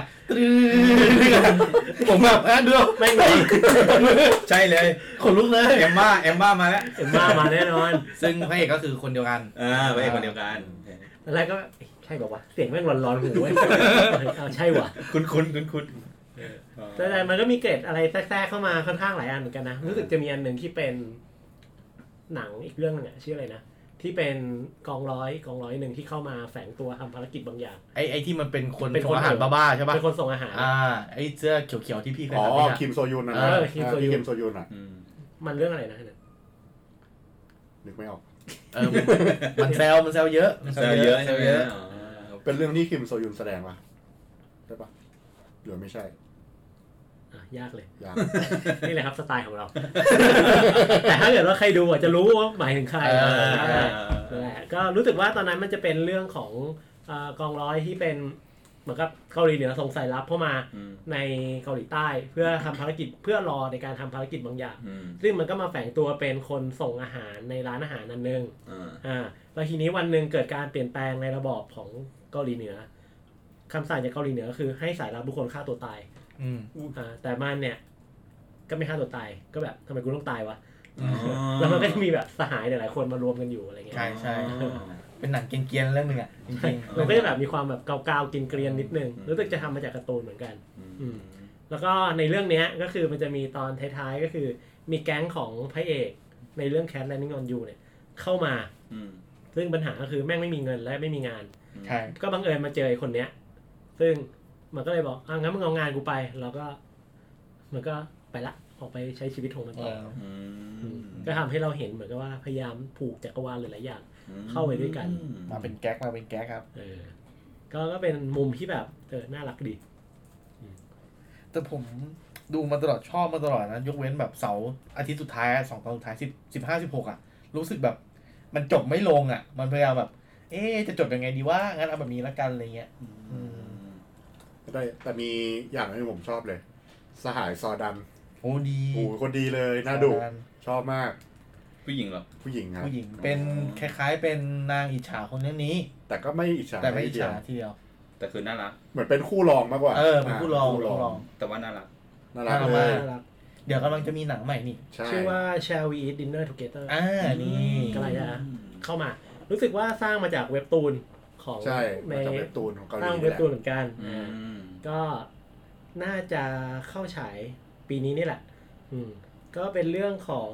ผมแบบดูแม่งใช่เลยขนลุกเลยเอ็มม่ามาแล้วเอ็มม่ามาแน่นอนซึ่งพระเอกก็คือคนเดียวกันพระเอกคนเดียวกันแล้วก็ใช่บอกว่าเสียงแม่งร้อนๆหูเว้ยใช่ว่ะคุ้นแต่มันก็มีเกรดอะไรแทรกเข้ามาค่อนข้างหลายอันเหมือนกันนะรู้สึกจะมีอันนึงที่เป็นหนังอีกเรื่องนึงชื่ออะไรนะที่เป็นกองร้อยนึงที่เข้ามาแฝงตัวทำภารกิจบางอย่างไอ้ที่มันเป็นคนส่งอาหารบ้าๆใช่ป่ะเป็นคนส่งอาหารไอ้เสื้อเขียวๆที่พี่เคยทำคิมโซยุนคิมโซยุนมันเรื่องอะไรนะนึกไม่ออกมันแซวเยอะเป็นเรื่องที่คิมโซยุนแสดงป่ะได้ป่ะหรือไม่ใช่ยากเลยนี่แหละครับสไตล์ของเราแต่ถ้าเกิดว่าใครดูจะรู้ว่าหมายถึงใครก็รู้สึกว่าตอนนั้นมันจะเป็นเรื่องของกองร้อยที่เป็นเหมือนกับเกาหลีเหนือส่งสายลับเข้ามาในเกาหลีใต้เพื่อทำภารกิจเพื่อรอในการทำภารกิจบางอย่างซึ่งมันก็มาแฝงตัวเป็นคนส่งอาหารในร้านอาหารนั่นนึงแล้วทีนี้วันนึงเกิดการเปลี่ยนแปลงในระบอบของเกาหลีเหนือคำสั่งจากเกาหลีเหนือคือให้สายลับทุกคนฆ่าตัวตายแต่มันเนี่ยก็ไม่ฆ่าตัวตายก็แบบทำไมกูต้องตายวะแล้วมันก็จะมีแบบสหายหลายๆคนมารวมกันอยู่อะไรเงี้ยใช่เป็นหนังเกรียนๆเรื่องนึงอ่ะจริงๆมันก็จะแบบมีความแบบกาวๆกินเกรียนนิดนึงรู้สึกจะทำมาจากการ์ตูนเหมือนกันแล้วก็ในเรื่องนี้ก็คือมันจะมีตอนท้ายๆก็คือมีแก๊งของพระเอกในเรื่อง Cat Landing on You เนี่ยเข้ามาซึ่งปัญหาก็คือแม่งไม่มีเงินและไม่มีงานก็บังเอิญมาเจอไอ้คนเนี้ยซึ่งมันก็เลยบอกงั้นมึงเอางานกูไปแล้วก็มันก็ไปละออกไปใช้ชีวิตของมันต่อก็ทำให้เราเห็นเหมือนกับว่าพยายามผูกจักรวาลหลายๆอย่างเข้าไปด้วยกันมาเป็นแก๊กครับก็เป็นมุมที่แบบน่ารักดีแต่ผมดูมาตลอดชอบมาตลอดนะยกเว้นแบบเสาร์อาทิตย์สุดท้าย2 ตอนสุดท้าย15-16อ่ะรู้สึกแบบมันจบไม่ลงอ่ะมันพยายามแบบจะจบยังไงดีว่างั้นเอาแบบนี้ละกันอะไรเงี้ยแต่มีอย่างนึงผมชอบเลยสหายซอดันโอ้ดีโอ้คนดีเลยน่าดูชอบมากผู้หญิงเหรอผู้หญิงครับผู้หญิงเป็นคล้ายๆเป็นนางอิจฉาคนนี้แต่ก็ไม่อิจฉาแต่ไม่อิจฉาทีเดียวแต่คือน่ารักเหมือนเป็นคู่รองมากกว่าเป็นคู่รองแต่ว่าน่ารักมากเดี๋ยวกำลังจะมีหนังใหม่นี่ชื่อว่า Shall We Eat Dinner Together นี่กำลังจะเข้ามารู้สึกว่าสร้างมาจากเว็บตูนของในเว็บตูนของเกาหลีสร้างเว็บตูนเหมือนกันก็น่าจะเข้าฉายปีนี้นี่แหละก็เป็นเรื่องของ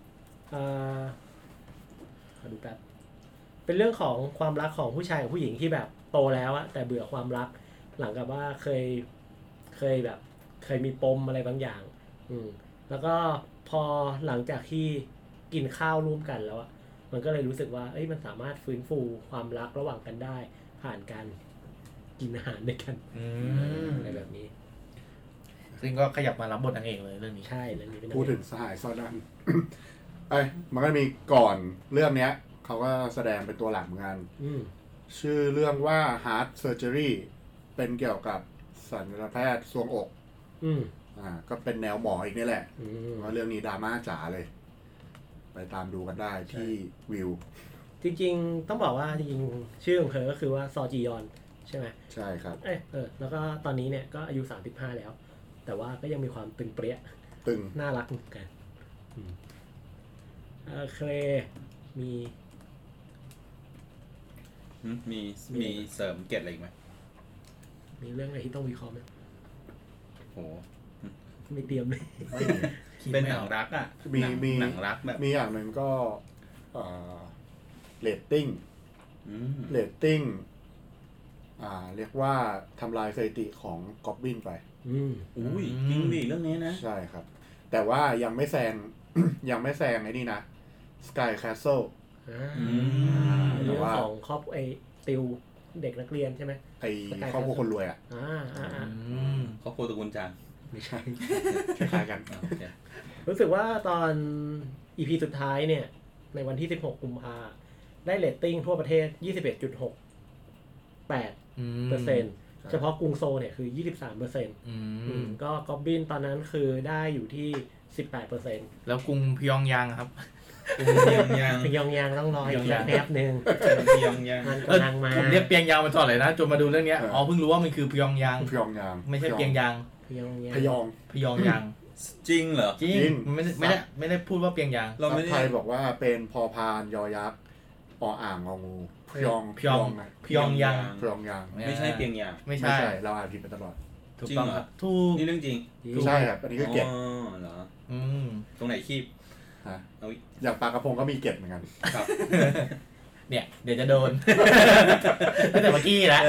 ดูแป๊บเป็นเรื่องของความรักของผู้ชายกับผู้หญิงที่แบบโตแล้วอะแต่เบื่อความรักหลังกับว่าเคยแบบเคยมีปมอะไรบางอย่างแล้วก็พอหลังจากที่กินข้าวร่วมกันแล้วอะมันก็เลยรู้สึกว่ามันสามารถฟื้นฟูความรักระหว่างกันได้ผ่านการกินอาหารด้วยกันอะไรแบบนี้ซึ่งก็ขยับมารับบทนางเอกเลยเรื่องนี้ใช่เรื่องนี้พูดถึงสหายซอดันมันก็มีก่อนเรื่องเนี้ยเขาก็แสดงเป็นตัวหลักเหมือนกันชื่อเรื่องว่า Heart Surgery เป็นเกี่ยวกับศัลยแพทย์ทรวงอกก็เป็นแนวหมออีกนี่แหละว่าเรื่องนี้ดราม่าจ๋าเลยไปตามดูกันได้ที่วิวจริงๆต้องบอกว่าจริงๆชื่อของเธอก็คือว่าซอจียอนใช่ไหมใช่ครับแล้วก็ตอนนี้เนี่ยก็อายุ35แล้วแต่ว่าก็ยังมีความตึงเปรี้ยน่ารักเหมือนกันเคลมีเสริมเกตอะไรอีกไหมมีเรื่องอะไรที่ต้องวิเคราะห์ไหมโหไม่เตรียมเลยเป็นหนังรักอ่ะมีหนังรักแบบมีอย่างหนึ่งก็เรตติ้งเรียกว่าทำลายสถิติของก็อบบินไปอุ้ยจริงดิเรื่องนี้นะใช่ครับแต่ว่ายังไม่แซงไอ้นี่นะ Sky Castle เรื่องของครอบติวเด็กนักเรียนใช่ไหมไอ้ครอบครัวคนรวยครอบครัวตระกูลจางไม่ใช่คล้ายกันรู้สึกว่าตอน EP สุดท้ายเนี่ยในวันที่16 กุมภาพันธ์ได้เรตติ้งทั่วประเทศ 21.68%เฉพาะกรุงโซลเนี่ยคือ 23%ก็ก็อบบินตอนนั้นคือได้อยู่ที่ 18% แล้วกรุงพยองยางครับพยองยางต้องรออีกแป๊บนึงพยองยางมันกำลังมาผมเรียกเปียงยางมาตลอดเลยนะจนมาดูเรื่องนี้เพิ่งรู้ว่ามันคือพยองยางไม่ใช่เปียงยางพยองยางจริงเหรอจริงไม่ได้พูดว่าเปียงยางเราไม่ได้ไทยบอกว่าเป็นพอพานยอยักษ์ออ่างงองูพยองยางไม่ใช่เปียงยางไม่ใช่เราอ่านผิดมาตลอดถูกต้องครับถูกนี่เรื่องจริงใช่ครับอันนี้ก็เก็บเหรอตรงไหนคีบอย่างปลากระพงก็มีเก็บเหมือนกันครับเนี่ยเดี๋ยวจะโดนตั้งแต่เมื่อกี้แล้ว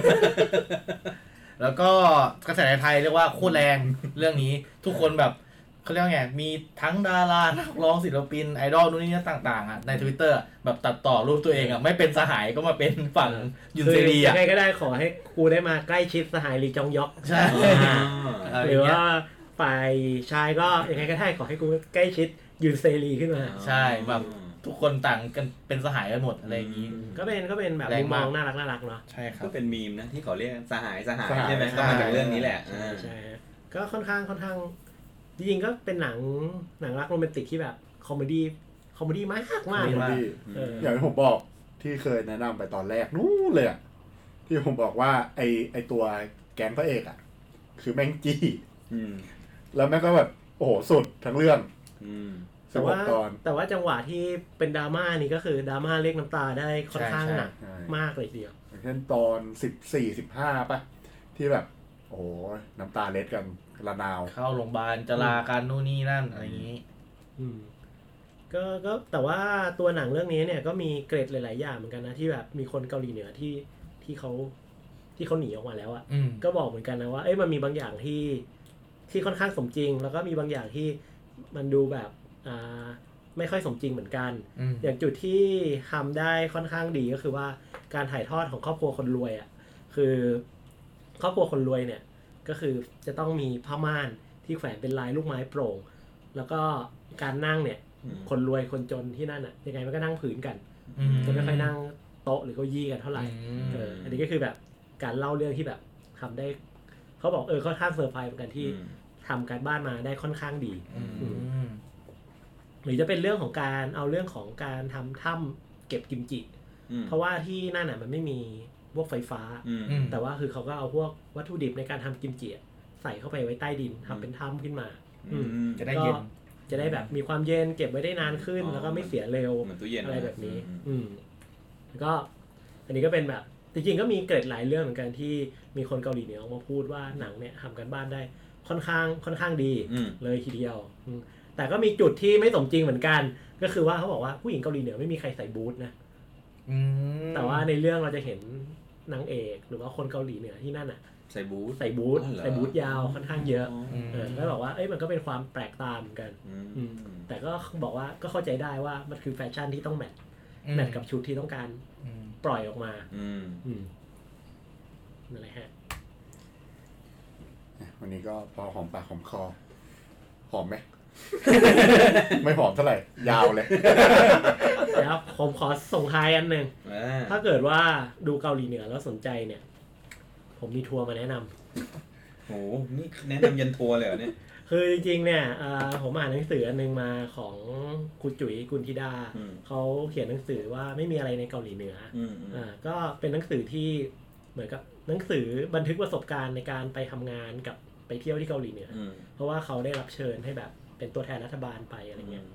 แล้วก็กระแสในไทยเรียกว่าโคตรแรงเรื่องนี้ทุกคนแบบเขาเรียกว่าไงมีทั้งดารานักร้องศิลปินไอดอลนู่นนี่ต่างๆอ่ะใน Twitter แบบตัดต่อรูปตัวเองอ่ะไม่เป็นสหายก็มาเป็นฝั่งยุนเซรีอ่ะยังไงก็ได้ขอให้กูได้มาใกล้ชิดสหายลีจองยอกใช่หรือว่าฝ่ายชายก็ยังไงก็ได้ขอให้กูใกล้ชิดยุนเซรีขึ้นมาใช่แบบทุกคนต่างกันเป็นสหายกันหมดอะไรอย่างนี้ก็เป็นแบบมุมมองน่ารักเนาะใช่ครับก็เป็นมีมนะที่เขาเรียกสหายใช่ไหมก็มาจากเรื่องนี้แหละใช่ก็ค่อนข้างจริงๆก็เป็นหนังรักโรแมนติกที่แบบคอมเมดี้มากอย่างที่ผมบอกที่เคยแนะนำไปตอนแรกนู้นเลยอ่ะที่ผมบอกว่าไอตัวแก๊งพระเอกอ่ะคือแม่งจี้แล้วแม่งก็แบบโอ้โหสุดทั้งเรื่องแต่ว่าจังหวะที่เป็นดราม่านี่ก็คือดราม่าเรียกน้ำตาได้ค่อนข้างหนักมากเลยทีเดียวอย่างเช่นตอน14-15ป่ะที่แบบโอ้น้ำตาเล็ดกันระนาวเข้าโรงพยาบาลจะลากันนู่นนี่นั่นอะไรอย่างนี้ก็แต่ว่าตัวหนังเรื่องนี้เนี่ยก็มีเกรดหลายๆอย่างเหมือนกันนะที่แบบมีคนเกาหลีเหนือที่เขาหนีออกมาแล้วอ่ะก็บอกเหมือนกันนะว่ามันมีบางอย่างที่ค่อนข้างสมจริงแล้วก็มีบางอย่างที่มันดูแบบไม่ค่อยสมจริงเหมือนกันอย่างจุดที่ทำได้ค่อนข้างดีก็คือว่าการถ่ายทอดของครอบครัวคนรวยอ่ะคือครอบครัวคนรวยเนี่ยก็คือจะต้องมีผ้าม่านที่แขวนเป็นลายลูกไม้โปร่งแล้วก็การนั่งเนี่ยคนรวยคนจนที่นั่นอ่ะยังไงมันก็นั่งผืนกันจะไม่ค่อยนั่งโต๊ะหรือเก้าอี้กันเท่าไหร่อันนี้ก็คือแบบการเล่าเรื่องที่แบบทำได้เขาบอกค่อนข้างเซอร์ไพรส์เหมือนกันที่ทำการบ้านมาได้ค่อนข้างดีหรือจะเป็นเรื่องของการเอาเรื่องของการทำถ้ำเก็บกิมจิเพราะว่าที่นั่นน่ะมันไม่มีพวกไฟฟ้าแต่ว่าคือเขาก็เอาพวกวัตถุดิบในการทำกิมจิใส่เข้าไปไว้ใต้ดินทำเป็นถ้ำขึ้นมาจะได้เย็นจะได้แบบมีความเย็นเก็บไว้ได้นานขึ้นแล้วก็ไม่เสียเร็วอะไรแบบนี้แล้วก็อันนี้ก็เป็นแบบจริงๆก็มีเกร็ดหลายเรื่องเหมือนกันที่มีคนเกาหลีเหนือออกมาพูดว่าหนังเนี่ยทำกันบ้านได้ค่อนข้างดีเลยทีเดียวแต่ก็มีจุดที่ไม่สมจริงเหมือนกันก็คือว่าเขาบอกว่าผู้หญิงเกาหลีเหนือไม่มีใครใส่บูทนะแต่ว่าในเรื่องเราจะเห็นนางเอกหรือว่าคนเกาหลีเหนือที่นั่นอ่ะใส่บูทยาวค่อนข้างเยอะแล้วบอกว่ามันก็เป็นความแปลกตาเหมือนกันแต่ก็บอกว่าก็เข้าใจได้ว่ามันคือแฟชั่นที่ต้องแมทกับชุดที่ต้องการปล่อยออกมานั่นแหละฮะวันนี้ก็พอหอมปากหอมคอหอมไหม ไม่หอมเท่าไหร่ยาวเลยแล้วผมขอส่งท้ายอันหนึ่งถ้าเกิดว่าดูเกาหลีเหนือแล้วสนใจเนี่ยผมมีทัวร์มาแนะนำโอ้นี่แนะนำยันทัวร์เลยเหรอเนี่ยคือจริงๆเนี่ยผมอ่านหนังสืออันนึงมาของคุณจุ๋ยกุลธิดาเขาเขียนหนังสือว่าไม่มีอะไรในเกาหลีเหนือก็เป็นหนังสือที่เหมือนกับหนังสือบันทึกประสบการณ์ในการไปทำงานกับไปเที่ยวที่เกาหลีเหนือเพราะว่าเขาได้รับเชิญให้แบบเป็นตัวแทนรัฐบาลไปอะไรเงี้ย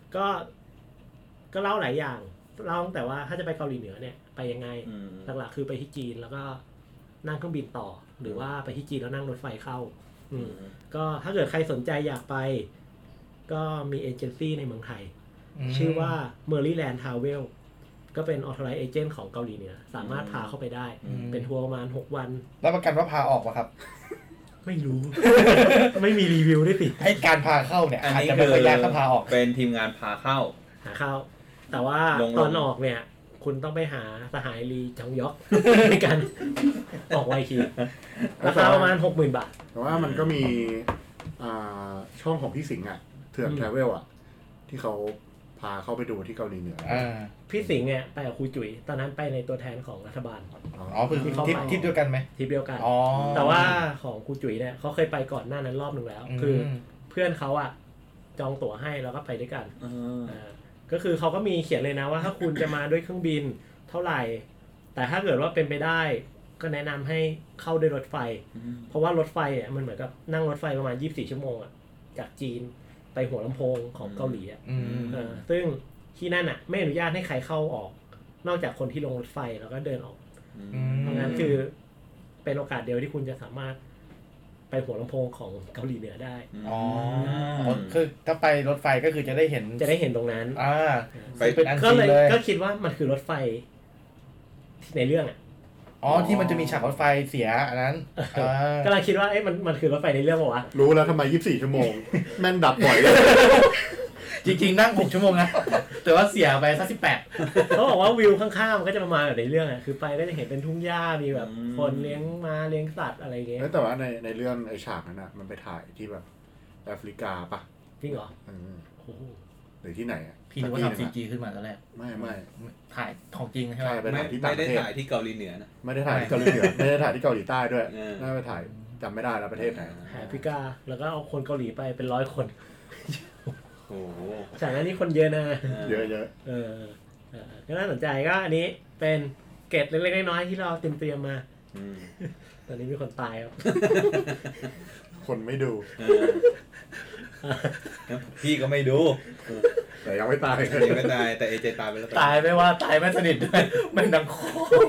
ก็เล่าหลายอย่างเล่าแต่ว่าถ้าจะไปเกาหลีเหนือเนี่ยไปยังไงหลักๆคือไปที่จีนแล้วก็นั่งเครื่องบินต่อหรือว่าไปที่จีนแล้วนั่งรถไฟเข้าก็ถ้าเกิดใครสนใจอยากไปก็มีเอเจนซี่ในเมืองไทยชื่อว่า Maryland Travel ก็เป็น authorized agent ของเกาหลีเหนือสามารถพาเข้าไปได้เป็นทัวร์ประมาณ6วันรับประกันว่าพาออกป่ะครับไม่รู้ ไม่มีรีวิวด้วยสิให้การพาเข้าเนี่ยอาจจะไม่ค่อยยากถ้าพาออกเป็นทีมงานพาเข้าแต่ว่าตอนออกเนี่ยคุณต้องไปหาสหายลีจองยอกในการออกไวคิวราคาประมาณ 60,000 บาทแต่ว่ามันก็มีช่องของพี่สิงห์เถื่อนแทรเวลที่เขาพาเข้าไปดูที่เกาหลีเหนือพี่สิงห์เนี่ยไปกับครูจุ๋ยตอนนั้นไปในตัวแทนของรัฐบาลคือทริปเดียวกันไหมทริปเดียวกันแต่ว่าของครูจุ๋ยเนี่ยเขาเคยไปก่อนหน้านั้นรอบนึงแล้วคือเพื่อนเขาจองตั๋วให้แล้วก็ไปด้วยกันก็คือเขาก็มีเขียนเลยนะว่าถ้าคุณจะมาด้วยเครื่องบินเท่าไหร่แต่ถ้าเกิดว่าเป็นไปได้ก็แนะนำให้เข้าด้วยรถไฟเพราะว่ารถไฟมันเหมือนกับนั่งรถไฟประมาณ24 ชั่วโมงจากจีนไปหัวลำโพงของเกาหลีซึ่งที่นั่นไม่อนุญาตให้ใครเข้าออกนอกจากคนที่ลงรถไฟแล้วก็เดินออกเพราะงั้นคือเป็นโอกาสเดียวที่คุณจะสามารถไปหัวลำโพงของเกาหลีเหนือได้คือถ้าไปรถไฟก็คือจะได้เห็นตรงนั้นก็เลยก็คิดว่ามันคือรถไฟในเรื่องที่มันจะมีฉากรถไฟเสียอันนั้นก็เลยคิดว่ามันคือรถไฟในเรื่องป่ะวะรู้แล้วทำไม24 ชั่วโมงแม่นดับบ่อยเลยจริงๆนั่ง6 ชั่วโมงนะแต่ว่าเสียไปสัก18 เขาบอกว่าวิวข้างๆมันก็จะประมาณแบบในเรื่องคือไปก็จะเห็นเป็นทุ่งหญ้ามีแบบคนเลี้ยงม้าเลี้ยงสัตว์อะไรเงี้ยแต่ว่าในเรื่องไอ้ฉากนั้นมันไปถ่ายที่แบบแอฟริกาปะจริงเหรอหรือที่ไหนพี่นึกว่าทำ CG ขึ้นมาตอนแรกไม่ถ่ายของจริงใช่ไหมไม่ได้ถ่ายที่เกาหลีเหนือนะไม่ได้ถ่ายที่เกาหลีเหนือไม่ได้ถ่ายที่เกาหลีใต้ด้วยน่าไปถ่ายจำไม่ได้แล้วประเทศไหนแอฟริกาแล้วก็เอาคนเกาหลีไปเป็น100 คนโอ้โหจากนั้นนี่คนเยอะนะเยอะก็น่าสนใจก็อันนี้เป็นเกร็ดเล็กๆน้อยๆที่เราเตรียมมาตอนนี้มีคนตายครับคนไม่ดูพี่ก็ไม่ดูแต่ยังไม่ตายแต่เอเจตายไปแล้วตายไม่ว่าตายไม่สนิทด้วยมันดังโค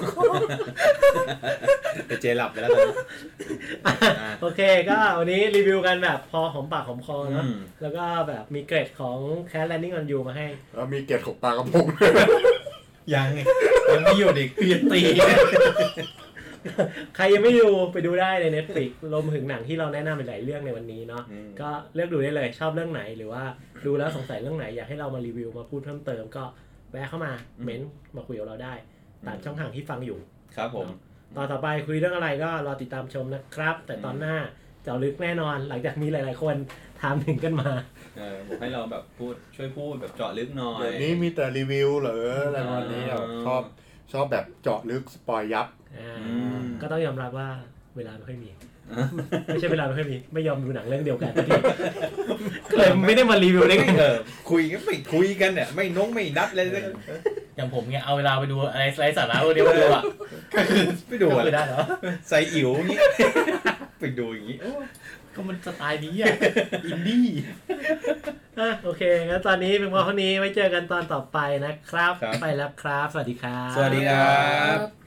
เอเจหลับไปแล้วตอนนี้โอเคก็วันนี้รีวิวกันแบบพอหอมปากหอมคอเนาะแล้วก็แบบมีเกรดของ Cat Landing on You มาให้แล้วมีเกรดของปลากระพงยังไม่อยู่ดิคือตีใครยังไม่ดูไปดูได้ใน Netflix รวมถึงหนังที่เราแนะนำหลายเรื่องในวันนี้เนาะก็เลือกดูได้เลยชอบเรื่องไหนหรือว่าดูแล้วสงสัยเรื่องไหนอยากให้เรามารีวิวมาพูดเพิ่มเติมก็แวะเข้ามาเม้นมาคุยกับเราได้ตามช่องทางที่ฟังอยู่ครับผมตอนต่อไปคุยเรื่องอะไรก็รอติดตามชมนะครับแต่ตอนหน้าเจาะลึกแน่นอนหลังจากมีหลายๆคนถามถึงกันมาบอกให้เราแบบช่วยพูดแบบเจาะลึกหน่อยเดี๋ยวนี้มีแต่รีวิวเหรออะไรวันนี้ชอบแบบเจาะลึกสปอยยับก็ต้องยอมรับว่าเวลาไม่ค่อยมีไม่ใช่เวลาไม่ค่อยมีไม่ยอมดูหนังเรื่องเดียวกันเลยไม่ได้มารีวิวได้ไงคุยกันไม่คุยกันเนี่ยไม่ไม่นัดเลยอย่างผมเนี่ยเอาเวลาไปดูอะไรไร้สาระเดียวดูอ่ะก็คือไปดูอะไรได้เหรอใส่อิ๋วงี้ไปดูอย่างงี้ก็มันสไตล์นี้อ่ะอินดี้โอเคงั้นตอนนี้เป็นพอเท่านี้ไว้เจอกันตอนต่อไปนะครับไปแล้วครับสวัสดีครับสวัสดีครับ